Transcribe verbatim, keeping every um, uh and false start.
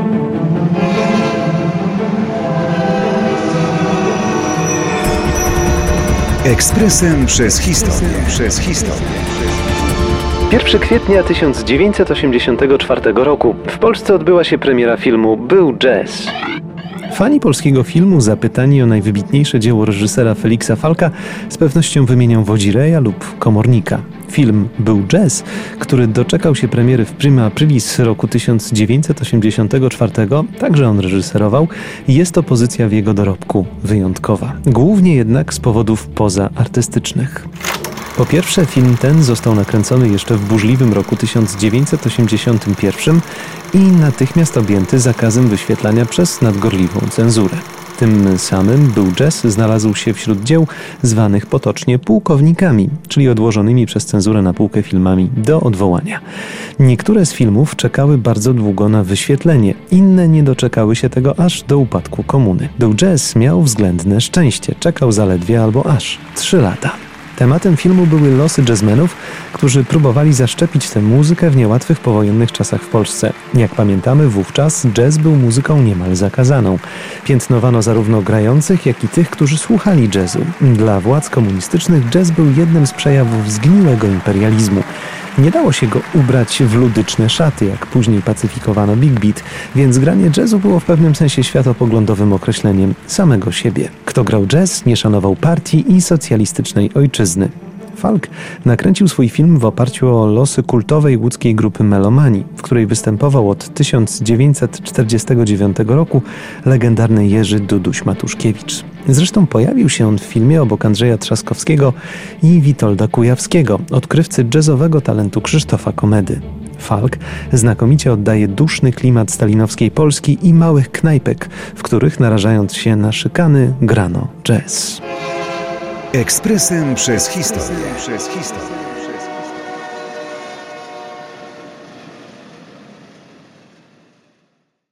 Ekspresem przez historię. Przez historię. pierwszego kwietnia tysiąc dziewięćset osiemdziesiątego czwartego roku w Polsce odbyła się premiera filmu Był jazz. Fani polskiego filmu zapytani o najwybitniejsze dzieło reżysera Feliksa Falka z pewnością wymienią Wodzireja lub Komornika. Film Był jazz, który doczekał się premiery w prima aprilis roku tysiąc dziewięćset osiemdziesiątego czwartego, także on reżyserował, i jest to pozycja w jego dorobku wyjątkowa. Głównie jednak z powodów pozaartystycznych. Po pierwsze, film ten został nakręcony jeszcze w burzliwym roku tysiąc dziewięćset osiemdziesiątym pierwszym i natychmiast objęty zakazem wyświetlania przez nadgorliwą cenzurę. Tym samym Był jazz znalazł się wśród dzieł zwanych potocznie pułkownikami, czyli odłożonymi przez cenzurę na półkę filmami do odwołania. Niektóre z filmów czekały bardzo długo na wyświetlenie, inne nie doczekały się tego aż do upadku komuny. Był jazz miał względne szczęście, czekał zaledwie albo aż trzy lata. Tematem filmu były losy jazzmenów, którzy próbowali zaszczepić tę muzykę w niełatwych powojennych czasach w Polsce. Jak pamiętamy, wówczas jazz był muzyką niemal zakazaną. Piętnowano zarówno grających, jak i tych, którzy słuchali jazzu. Dla władz komunistycznych jazz był jednym z przejawów zgniłego imperializmu. Nie dało się go ubrać w ludyczne szaty, jak później pacyfikowano Big Beat, więc granie jazzu było w pewnym sensie światopoglądowym określeniem samego siebie. Kto grał jazz, nie szanował partii i socjalistycznej ojczyzny. Falk nakręcił swój film w oparciu o losy kultowej łódzkiej grupy Melomani, w której występował od tysiąc dziewięćset czterdziestego dziewiątego roku legendarny Jerzy Duduś Matuszkiewicz. Zresztą pojawił się on w filmie obok Andrzeja Trzaskowskiego i Witolda Kujawskiego, odkrywcy jazzowego talentu Krzysztofa Komedy. Falk znakomicie oddaje duszny klimat stalinowskiej Polski i małych knajpek, w których, narażając się na szykany, grano jazz. Ekspresem przez historię. Przez historię.